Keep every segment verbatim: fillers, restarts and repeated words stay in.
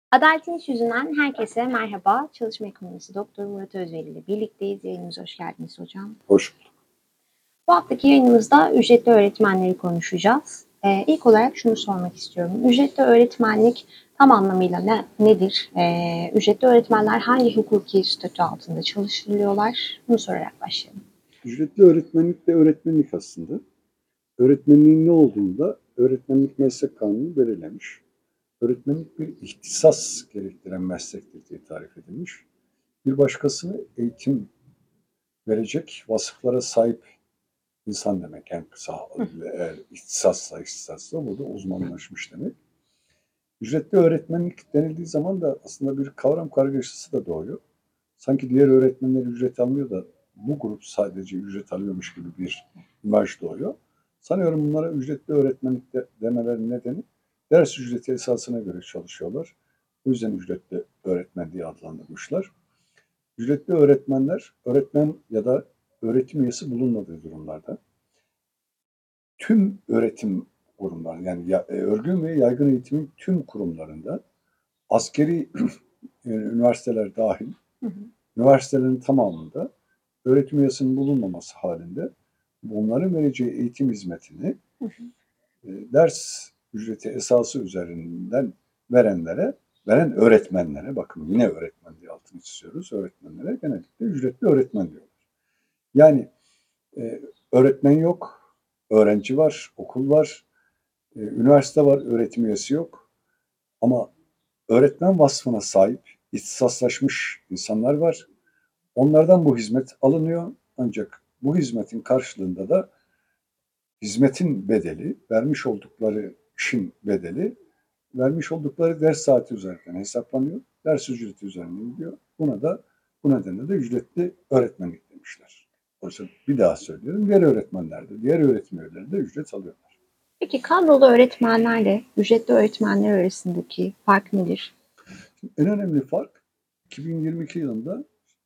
Adaletin İş Yüzünden herkese merhaba. Çalışma Ekonomisi Doktor Murat Özveli ile birlikteyiz. Yayınımıza hoş geldiniz hocam. Hoş bulduk. Bu haftaki yayınımızda ücretli öğretmenleri konuşacağız. Eee, ilk olarak şunu sormak istiyorum. Ücretli öğretmenlik tam anlamıyla ne, nedir? Eee, ücretli öğretmenler hangi hukuki statü altında çalıştırılıyorlar? Bunu sorarak başlayalım. Ücretli öğretmenlik de öğretmenlik aslında. Öğretmenliğin ne olduğunu da Öğretmenlik Meslek Kanunu belirlemiş. Öğretmenlik bir ihtisas gerektiren meslektir diye tarif edilmiş. Bir başkasına eğitim verecek vasıflara sahip insan demek en kısa adıyla. Eğer ihtisasla ihtisasla bu da uzmanlaşmış demek. Ücretli öğretmenlik denildiği zaman da aslında bir kavram kargaşası da doğuyor. Sanki diğer öğretmenler ücret almıyor da bu grup sadece ücret alıyormuş gibi bir imaj doğuyor. Sanıyorum bunlara ücretli öğretmenlik de demelerinin nedeni ders ücreti esasına göre çalışıyorlar. Bu yüzden ücretli öğretmen diye adlandırmışlar. Ücretli öğretmenler öğretmen ya da öğretim üyesi bulunmadığı durumlarda tüm öğretim kurumları yani ya, e, örgün ve yaygın eğitimin tüm kurumlarında askeri üniversiteler dahil Hı hı. üniversitelerin tamamında öğretim üyesinin bulunmaması halinde bunların vereceği eğitim hizmetini Hı hı. e, ders ücreti esası üzerinden verenlere, veren öğretmenlere, bakın yine öğretmen diye altını çiziyoruz, öğretmenlere genellikle ücretli öğretmen diyorlar. Yani e, öğretmen yok, öğrenci var, okul var, e, üniversite var, öğretim üyesi yok. Ama öğretmen vasfına sahip, ihtisaslaşmış insanlar var. Onlardan bu hizmet alınıyor ancak bu hizmetin karşılığında da hizmetin bedeli, vermiş oldukları işin bedeli, vermiş oldukları ders saati üzerinden hesaplanıyor. Ders ücreti üzerinden gidiyor. Buna da bu nedenle de ücretli öğretmenlik demişler. Oysa bir daha söylüyorum, diğer öğretmenler de, diğer öğretim üyeleri de ücret alıyorlar. Peki kadrolu öğretmenlerle ücretli öğretmenler arasındaki fark nedir? En önemli fark iki bin yirmi iki yılında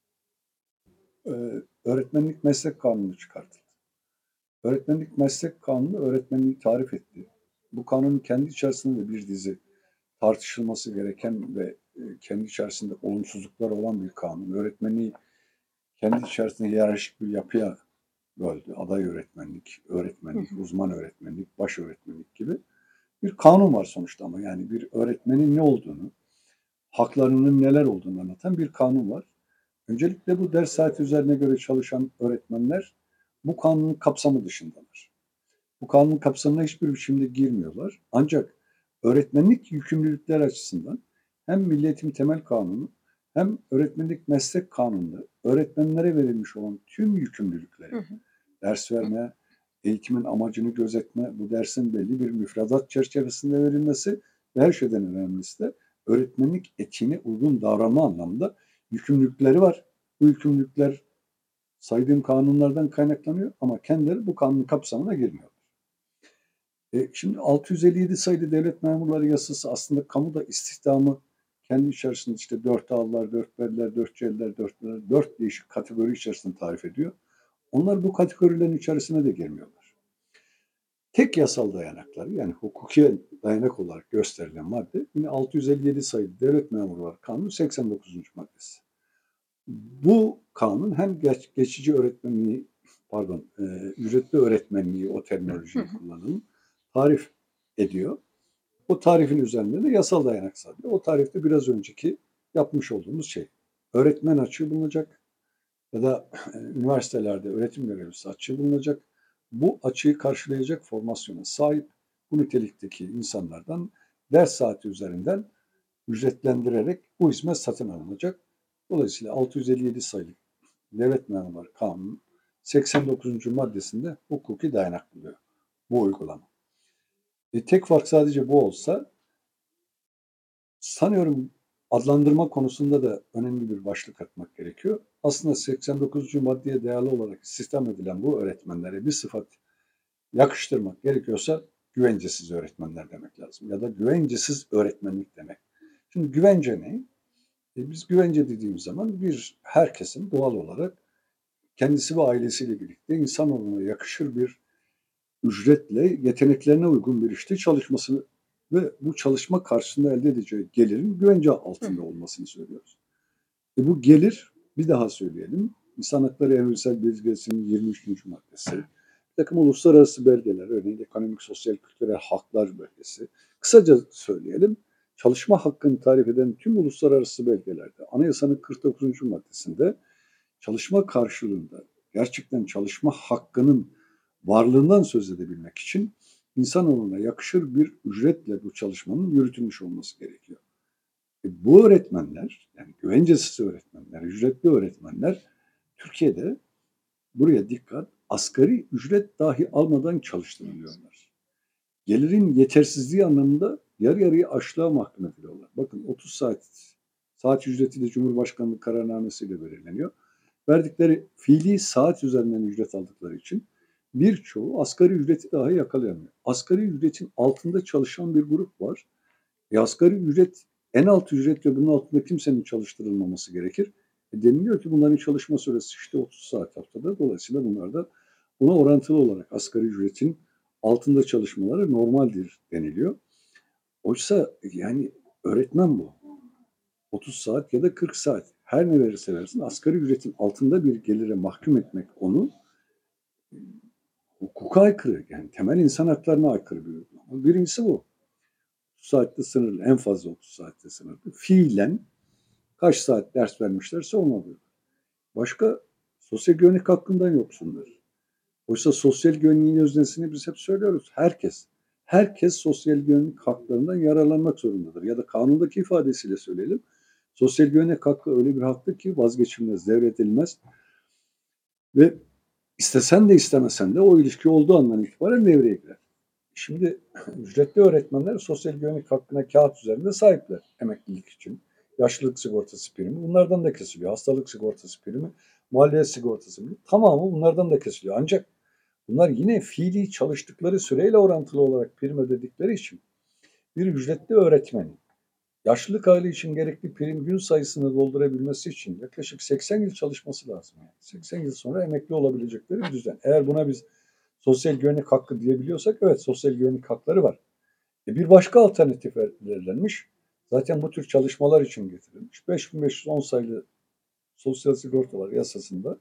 e, Öğretmenlik Meslek Kanunu çıkartıldı. Öğretmenlik Meslek Kanunu öğretmenliği tarif etti. Bu kanunun kendi içerisinde de bir dizi tartışılması gereken ve e, kendi içerisinde olumsuzlukları olan bir kanun. Öğretmenliği kendi içerisinde hiyerarşik bir yapıya böldü. Aday öğretmenlik, Hı öğretmenlik, hı. uzman öğretmenlik, baş öğretmenlik gibi bir kanun var sonuçta ama yani bir öğretmenin ne olduğunu, haklarının neler olduğunu anlatan bir kanun var. Öncelikle bu ders saati üzerine göre çalışan öğretmenler bu kanunun kapsamı dışındalar. Bu kanunun kapsamına hiçbir biçimde girmiyorlar. Ancak öğretmenlik yükümlülükler açısından hem Milli Eğitim Temel Kanunu hem Öğretmenlik Meslek Kanunu'nda öğretmenlere verilmiş olan tüm yükümlülükleri, Hı hı. ders verme, eğitimin amacını gözetme, bu dersin belli bir müfredat çerçevesinde verilmesi ve her şeyden önemlisi de öğretmenlik etiğine uygun davranma anlamında yükümlülükleri var. Bu yükümlülükler saydığım kanunlardan kaynaklanıyor ama kendileri bu kanunun kapsamına girmiyor. E, şimdi altı yüz elli yedi sayılı devlet memurları yasası aslında kamuda istihdamı kendi içerisinde işte dört A'lılar, dört B'liler, dört C'liler, dört L'ler, dört değişik kategori içerisinde tarif ediyor. Onlar bu kategorilerin içerisine de girmiyorlar. Tek yasal dayanakları yani hukuki dayanak olarak gösterilen madde yine altı yüz elli yedi sayılı devlet memurları kanunu seksen dokuzuncu maddesi. Bu kanun hem geç, geçici öğretmenliği pardon e, ücretli öğretmenliği o Hı terminolojiyi hı. kullanalım tarif ediyor. O tarifin üzerinde de yasal dayanak sağlıyor. O tarifte biraz önceki yapmış olduğumuz şey. Öğretmen açığı bulunacak ya da e, üniversitelerde öğretim görevlisi açığı bulunacak. Bu açığı karşılayacak formasyona sahip bu nitelikteki insanlardan ders saati üzerinden ücretlendirerek bu hizmet satın alınacak. Dolayısıyla altı yüz elli yedi sayılı Devlet Memurları Kanunu seksen dokuzuncu maddesinde hukuki dayanak buluyor bu uygulama. E, tek fark sadece bu olsa sanıyorum adlandırma konusunda da önemli bir başlık atmak gerekiyor. Aslında seksen dokuzuncu maddeye değerli olarak istihdam edilen bu öğretmenlere bir sıfat yakıştırmak gerekiyorsa güvencesiz öğretmenler demek lazım ya da güvencesiz öğretmenlik demek. Şimdi güvence ne? E biz güvence dediğimiz zaman bir herkesin doğal olarak kendisi ve ailesiyle birlikte insanoğluna yakışır bir ücretle yeteneklerine uygun bir işte çalışmasını ve bu çalışma karşısında elde edeceği gelirin güvence Hı. altında olmasını söylüyoruz. E bu gelir, bir daha söyleyelim, İnsan Hakları Evrensel Bildirgesi'nin yirmi üçüncü maddesi, bir takım uluslararası belgeler, örneğin ekonomik, sosyal, kültürel haklar belgesi. Kısaca söyleyelim, çalışma hakkını tarif eden tüm uluslararası belgelerde, Anayasanın kırk dokuzuncu maddesinde çalışma karşılığında gerçekten çalışma hakkının varlığından söz edebilmek için insanoğluna yakışır bir ücretle bu çalışmanın yürütülmüş olması gerekiyor. E bu öğretmenler, yani güvencesiz öğretmenler, ücretli öğretmenler Türkiye'de, buraya dikkat, asgari ücret dahi almadan çalıştırılıyorlar. Gelirin yetersizliği anlamında yarı yarıya açlığa mahkum ediliyorlar. Bakın otuz saat, saat ücreti de Cumhurbaşkanlığı kararnamesiyle belirleniyor. Verdikleri fiili saat üzerinden ücret aldıkları için birçoğu asgari ücreti dahi yakalayamıyor. Asgari ücretin altında çalışan bir grup var. E asgari ücret en alt ücret ve bunun altında kimsenin çalıştırılmaması gerekir. E deniliyor ki bunların çalışma süresi işte otuz saat haftada. Dolayısıyla bunlar da buna orantılı olarak asgari ücretin altında çalışmaları normaldir deniliyor. Oysa yani öğretmen bu. otuz saat ya da kırk saat her ne verirse versin asgari ücretin altında bir gelire mahkum etmek onu hukuka aykırı, yani temel insan haklarına aykırı bir uygulama. Birincisi bu. otuz saatte sınırlı, en fazla otuz saatte sınırlı. Fiilen kaç saat ders vermişlerse onu alıyor. Başka, sosyal güvenlik hakkından yoksunlar. Oysa sosyal güvenliğin öznesini biz hep söylüyoruz. Herkes, herkes sosyal güvenlik haklarından yararlanmak zorundadır. Ya da kanundaki ifadesiyle söyleyelim. Sosyal güvenlik hakkı öyle bir haktır ki vazgeçilmez, devredilmez ve istesen de istemesen de o ilişki olduğu andan itibaren devreye girer. Şimdi ücretli öğretmenler sosyal güvenlik hakkına kağıt üzerinde sahipler emeklilik için. Yaşlılık sigortası primi bunlardan da kesiliyor. Hastalık sigortası primi, maliyet sigortası primi tamamı bunlardan da kesiliyor. Ancak bunlar yine fiili çalıştıkları süreyle orantılı olarak prim ödedikleri için bir ücretli öğretmenin yaşlılık hali için gerekli prim gün sayısını doldurabilmesi için yaklaşık seksen yıl çalışması lazım. Yani seksen yıl sonra emekli olabilecekleri bir düzen. Eğer buna biz sosyal güvenlik hakkı diyebiliyorsak evet sosyal güvenlik hakları var. E bir başka alternatif belirlenmiş. Zaten bu tür çalışmalar için getirilmiş. beş bin beş yüz on sayılı Sosyal Sigortalar Yasası'nda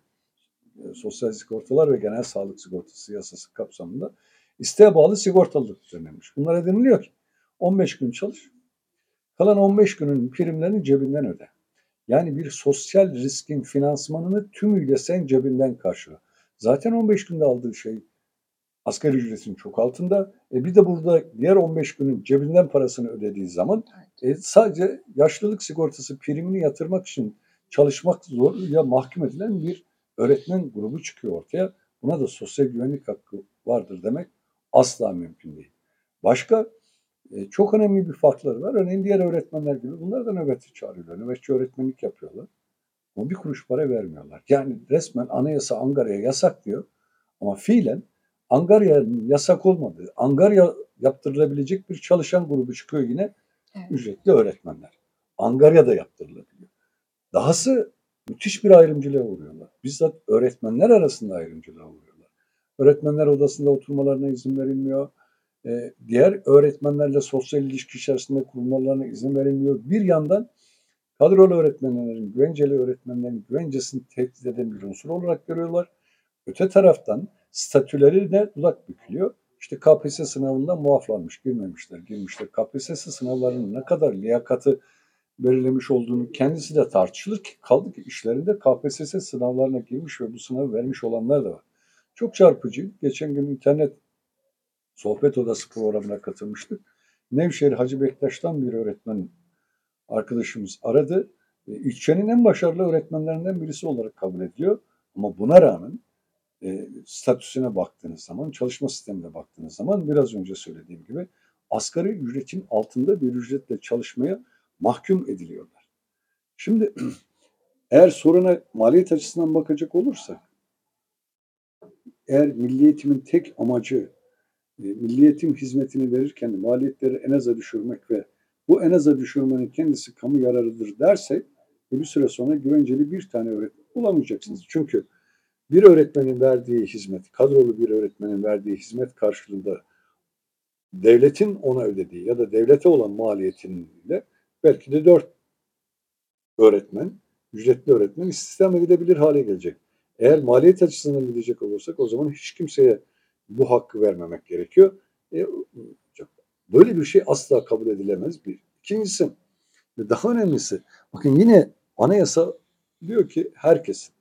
e, Sosyal Sigortalar ve Genel Sağlık Sigortası Yasası kapsamında isteğe bağlı sigortalılık düzenlenmiş. Bunlara deniliyor ki on beş gün çalış, kalan on beş günün primlerini cebinden öde. Yani bir sosyal riskin finansmanını tümüyle sen cebinden karşıla. Zaten on beş günde aldığı şey asgari ücretin çok altında. E bir de burada diğer on beş günün cebinden parasını ödediği zaman e, sadece yaşlılık sigortası primini yatırmak için çalışmak zoruyla mahkum edilen bir öğretmen grubu çıkıyor ortaya. Buna da sosyal güvenlik hakkı vardır demek asla mümkün değil. Başka e, çok önemli bir farkları var. Örneğin diğer öğretmenler gibi bunlar da nöbetçi çağırıyorlar. Nöbetçi öğretmenlik yapıyorlar. Ama bir kuruş para vermiyorlar. Yani resmen anayasa Angarya yasak diyor. Ama fiilen Angarya'nın yasak olmadığı, Angarya yaptırılabilecek bir çalışan grubu çıkıyor yine Evet. ücretli öğretmenler. Angarya'da yaptırılabiliyor. Dahası müthiş bir ayrımcılığa uğruyorlar. Bizzat öğretmenler arasında ayrımcılığa uğruyorlar. Öğretmenler odasında oturmalarına izin verilmiyor. Ee, diğer öğretmenlerle sosyal ilişki içerisinde kurulmalarına izin verilmiyor. Bir yandan kadrolu öğretmenlerin, güvenceli öğretmenlerin güvencesini tehdit eden bir unsur olarak görüyorlar. Öte taraftan statülerine dudak bükülüyor. İşte K P S S sınavından muaflanmış, girmemişler, girmişler. K P S S sınavlarının ne kadar liyakatı belirlemiş olduğunu kendisi de tartışılır ki kaldı ki işlerinde K P S S sınavlarına girmiş ve bu sınavı vermiş olanlar da var. Çok çarpıcı. Geçen gün internet sohbet odası programına katılmıştık. Nevşehir Hacı Bektaş'tan bir öğretmen arkadaşımız aradı. E, ilçenin en başarılı öğretmenlerinden birisi olarak kabul ediliyor. Ama buna rağmen e, statüsüne baktığınız zaman, çalışma sistemine baktığınız zaman biraz önce söylediğim gibi asgari ücretin altında bir ücretle çalışmaya mahkum ediliyorlar. Şimdi eğer soruna maliyet açısından bakacak olursak, eğer milli eğitimin tek amacı e, milli eğitim hizmetini verirken maliyetleri en aza düşürmek ve bu en aza düşürmenin kendisi kamu yararıdır dersek e, bir süre sonra güvenceli bir tane öğretmen bulamayacaksınız. Çünkü bir öğretmenin verdiği hizmet, kadrolu bir öğretmenin verdiği hizmet karşılığında devletin ona ödediği ya da devlete olan maliyetiyle belki de dört öğretmen, ücretli öğretmen istihdam edilebilir hale gelecek. Eğer maliyet açısından gidecek olursak o zaman hiç kimseye bu hakkı vermemek gerekiyor. E, böyle bir şey asla kabul edilemez bir. İkincisi ve daha önemlisi, bakın yine anayasa diyor ki herkesin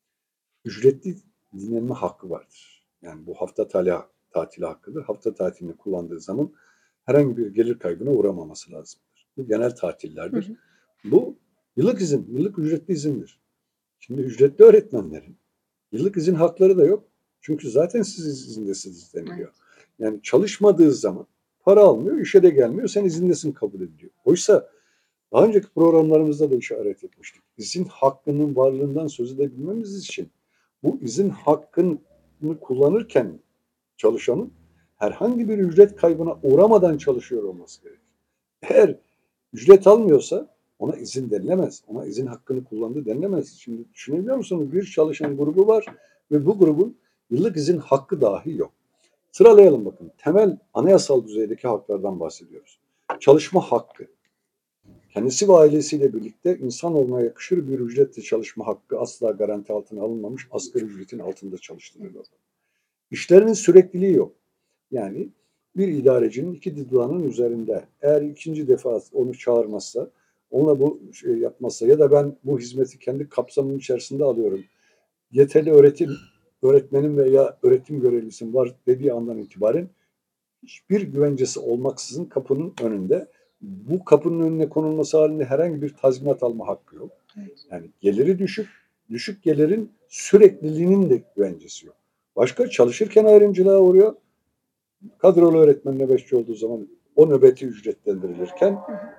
ücretli dinlenme hakkı vardır. Yani bu hafta tatili, tatili hakkıdır. Hafta tatilini kullandığı zaman herhangi bir gelir kaybına uğramaması lazımdır. Bu genel tatillerdir. Hı hı. Bu yıllık izin, yıllık ücretli izindir. Şimdi ücretli öğretmenlerin yıllık izin hakları da yok. Çünkü zaten siz izindesiniz deniliyor. Evet. Yani çalışmadığı zaman para almıyor, işe de gelmiyor, sen izindesin kabul ediliyor. Oysa daha önceki programlarımızda da işaret etmiştik. İzin hakkının varlığından söz edebilmemiz için bu izin hakkını kullanırken çalışanın herhangi bir ücret kaybına uğramadan çalışıyor olması gerekir. Eğer ücret almıyorsa ona izin denilemez. Ona izin hakkını kullandı denilemez. Şimdi düşünebiliyor musunuz? Bir çalışan grubu var ve bu grubun yıllık izin hakkı dahi yok. Sıralayalım bakın. Temel anayasal düzeydeki haklardan bahsediyoruz. Çalışma hakkı. Kendisi ve ailesiyle birlikte insan olmaya yakışır bir ücretle çalışma hakkı asla garanti altına alınmamış, asgari ücretin altında çalıştırılıyor. İşlerinin sürekliliği yok. Yani bir idarecinin iki dudağının üzerinde eğer ikinci defa onu çağırmazsa, ona bu şey yapmazsa ya da ben bu hizmeti kendi kapsamının içerisinde alıyorum, yeterli öğretim öğretmenim veya öğretim görevlisim var dediği andan itibaren hiçbir güvencesi olmaksızın kapının önünde, bu kapının önüne konulması halinde herhangi bir tazminat alma hakkı yok. Evet. Yani geliri düşük, düşük gelirin sürekliliğinin de güvencesi yok. Başka çalışırken ayrımcılığa uğruyor. Kadrolu öğretmen nöbetçi olduğu zaman o nöbeti ücretlendirilirken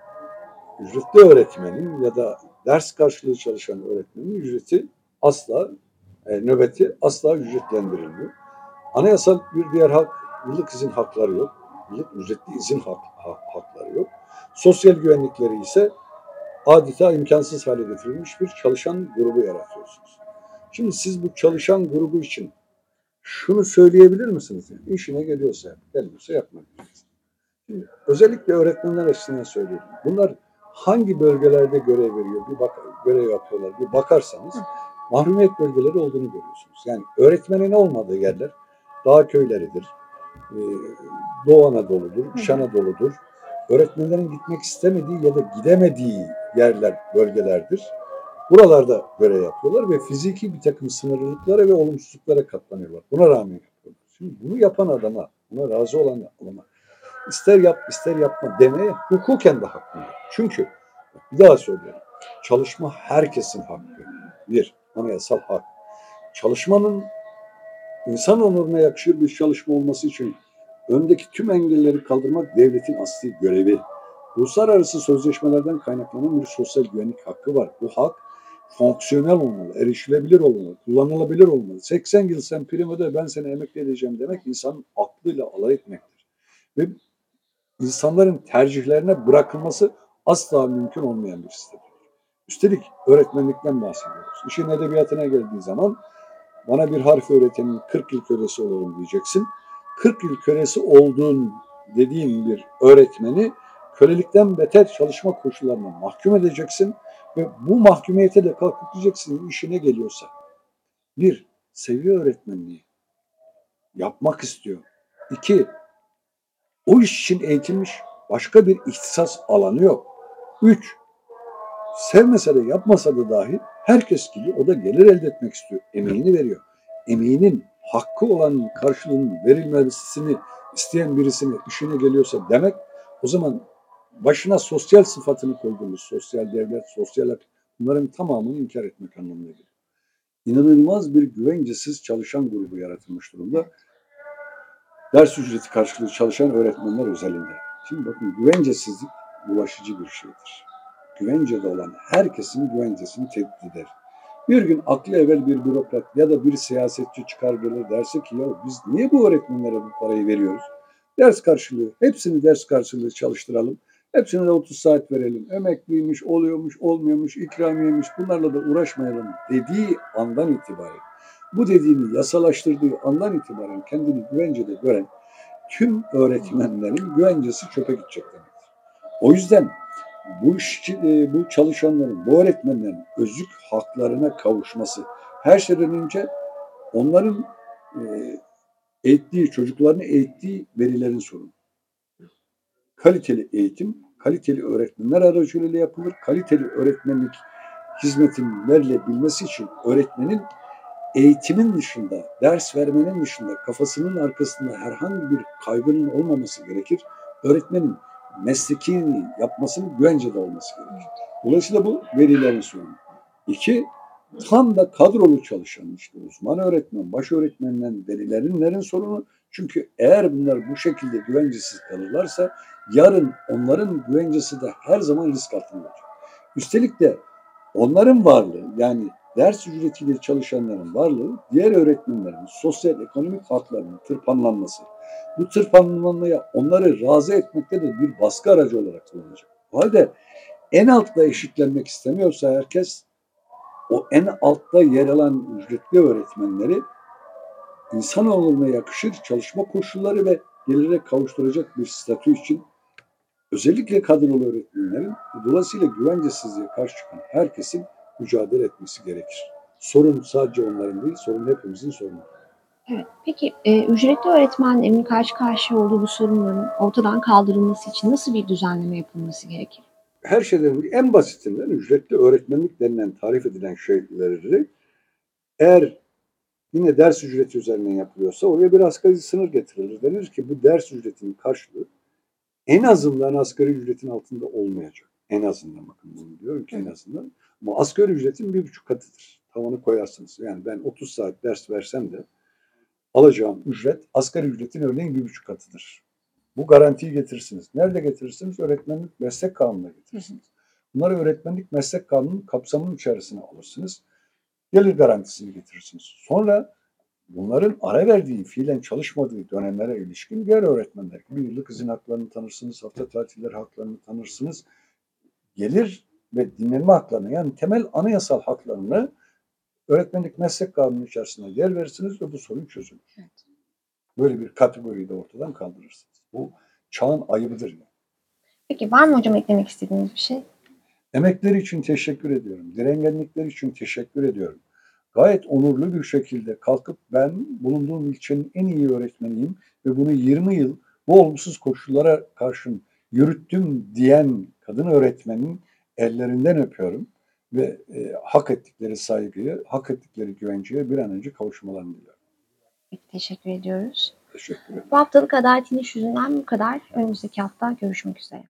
ücretli öğretmenin ya da ders karşılığı çalışan öğretmenin ücreti asla, e, nöbeti asla ücretlendirilmiyor. Anayasal bir diğer hak, yıllık izin hakları yok. Yıllık ücretli izin hak, hak, hakları yok. Sosyal güvenlikleri ise adeta imkansız hale getirilmiş bir çalışan grubu yaratıyorsunuz. Şimdi siz bu çalışan grubu için şunu söyleyebilir misiniz? Yani işine geliyorsa yap, gelmiyorsa yapmak. Şimdi özellikle öğretmenler açısından söylüyorum. Bunlar hangi bölgelerde görev veriyor, bir bak, görev yapıyorlar, bir bakarsanız mahrumiyet bölgeleri olduğunu görüyorsunuz. Yani öğretmenin olmadığı yerler dağ köyleridir, Doğu Anadolu'dur, İç Anadolu'dur. Öğretmenlerin gitmek istemediği ya da gidemediği yerler, bölgelerdir. Buralarda görev yapıyorlar ve fiziki bir takım sınırlılıklara ve olumsuzluklara katlanıyorlar. Buna rağmen yapıyorlar. Şimdi bunu yapan adama, buna razı olan adama ister yap ister yapma demeye hukuken de hakkı yok. Çünkü bir daha söylüyorum. Çalışma herkesin hakkı. Bir, anayasal hak. Çalışmanın insan onuruna yakışır bir çalışma olması için öndeki tüm engelleri kaldırmak devletin asli görevi. Uluslararası sözleşmelerden kaynaklanan bir sosyal güvenlik hakkı var. Bu hak fonksiyonel olmalı, erişilebilir olmalı, kullanılabilir olmalı. seksen yıl sen prim öde, ben seni emekli edeceğim demek insanın aklıyla alay etmektir. Ve insanların tercihlerine bırakılması asla mümkün olmayan bir sistemdir. Üstelik öğretmenlikten bahsediyoruz. İşin edebiyatına geldiği zaman bana bir harf öğretenin kırk yıl kölesi olurum diyeceksin. kırk yıl kölesi olduğun dediğin bir öğretmeni kölelikten beter çalışma koşullarına mahkum edeceksin ve bu mahkumiyete de kalkıp diyeceksin işine geliyorsa. Bir, seviyor öğretmenliği. Yapmak istiyor. İki, o iş için eğitilmiş başka bir ihtisas alanı yok. Üç, sevmese de yapmasa da dahi herkes gibi o da gelir elde etmek istiyor. Emeğini veriyor. Emeğinin hakkı olan karşılığının verilmesini isteyen birisine işine geliyorsa demek o zaman başına sosyal sıfatını koyduğumuz sosyal devlet, sosyal hak bunların tamamını inkar etmek anlamına geliyor. İnanılmaz bir güvencesiz çalışan grubu yaratılmış durumda. Ders ücreti karşılığı çalışan öğretmenler özelinde. Şimdi bakın güvencesizlik bulaşıcı bir şeydir. Güvencede olan herkesin güvencesini tehdit eder. Bir gün aklı evvel bir bürokrat ya da bir siyasetçi çıkar gelir derse ki ya biz niye bu öğretmenlere bu parayı veriyoruz? Ders karşılığı, hepsini ders karşılığı çalıştıralım. Hepsine de otuz saat verelim. Emekliymiş, oluyormuş, olmuyormuş, ikramiyeymiş bunlarla da uğraşmayalım dediği andan itibaren, bu dediğini yasalaştırdığı andan itibaren kendini güvencede gören tüm öğretmenlerin güvencesi çöpe gidecek demektir. O yüzden bu işçi, e, bu çalışanların, bu öğretmenlerin özlük haklarına kavuşması her şeyden önce onların e, eğittiği, çocuklarını eğittiği velilerin sorunu. Kaliteli eğitim, kaliteli öğretmenler aracılığıyla yapılır. Kaliteli öğretmenlik hizmetin verilebilmesi için öğretmenin eğitimin dışında, ders vermenin dışında, kafasının arkasında herhangi bir kaygının olmaması gerekir. Öğretmenin meslekini yapmasının güvencede olması gerekir. Dolayısıyla bu velilerin sorunu. İki, tam da kadrolu çalışan işte uzman öğretmen, baş öğretmenden velilerinlerin sorunu. Çünkü eğer bunlar bu şekilde güvencesiz kalırlarsa yarın onların güvencesi de her zaman risk altında olacak. Üstelik de onların varlığı yani ders ücretiyle çalışanların varlığı diğer öğretmenlerin sosyal ekonomik haklarının tırpanlanması. Bu tırpanlanmaya onları razı etmekte de bir baskı aracı olarak kullanılacak. O halde en altta eşitlenmek istemiyorsa herkes o en altta yer alan ücretli öğretmenleri insanoğluna yakışır çalışma koşulları ve gelire kavuşturacak bir statü için özellikle kadrolu öğretmenlerin dolayısıyla güvencesizliğe karşı çıkan herkesin mücadele etmesi gerekir. Sorun sadece onların değil, sorun hepimizin sorunu. Evet. Peki e, ücretli öğretmenlerin karşı karşıya olduğu bu sorunların ortadan kaldırılması için nasıl bir düzenleme yapılması gerekir? Her şeyden en basitinden ücretli öğretmenlik denilen tarif edilen şeyleri eğer yine ders ücreti üzerinden yapılıyorsa oraya bir asgari sınır getirilir. Denir ki bu ders ücretinin karşılığı en azından asgari ücretin altında olmayacak. En azından bakın bunu diyorum ki en azından. Ama asgari ücretin bir buçuk katıdır. Tavanı koyarsınız. Yani ben otuz saat ders versem de alacağım ücret asgari ücretin örneğin bir buçuk katıdır. Bu garantiyi getirirsiniz. Nerede getirirsiniz? Öğretmenlik meslek kanununa getirirsiniz. Bunları öğretmenlik meslek kanunun kapsamının içerisine alırsınız. Gelir garantisini getirirsiniz. Sonra bunların ara verdiği, fiilen çalışmadığı dönemlere ilişkin diğer öğretmenler gibi yıllık izin haklarını tanırsınız, hafta tatilleri haklarını tanırsınız. Gelir ve dinlenme haklarını yani temel anayasal haklarını öğretmenlik meslek kanunu içerisinde yer verirsiniz ve bu sorun çözülür. Evet. Böyle bir kategoriyi de ortadan kaldırırsınız. Bu çağın ayıbıdır. Yani. Peki var mı hocam eklemek istediğiniz bir şey? Emekleri için teşekkür ediyorum. Direngenlikleri için teşekkür ediyorum. Gayet onurlu bir şekilde kalkıp ben bulunduğum ilçenin en iyi öğretmeniyim ve bunu yirmi yıl bu olumsuz koşullara karşın yürüttüm diyen kadın öğretmenin ellerinden öpüyorum ve e, hak ettikleri saygıyı, hak ettikleri güvenceye bir an önce kavuşmalarını diliyorum. Peki, teşekkür ediyoruz. Teşekkür ederim. Bu haftalık Adaletin İş Yüzünden bu kadar. Önümüzdeki hafta görüşmek üzere.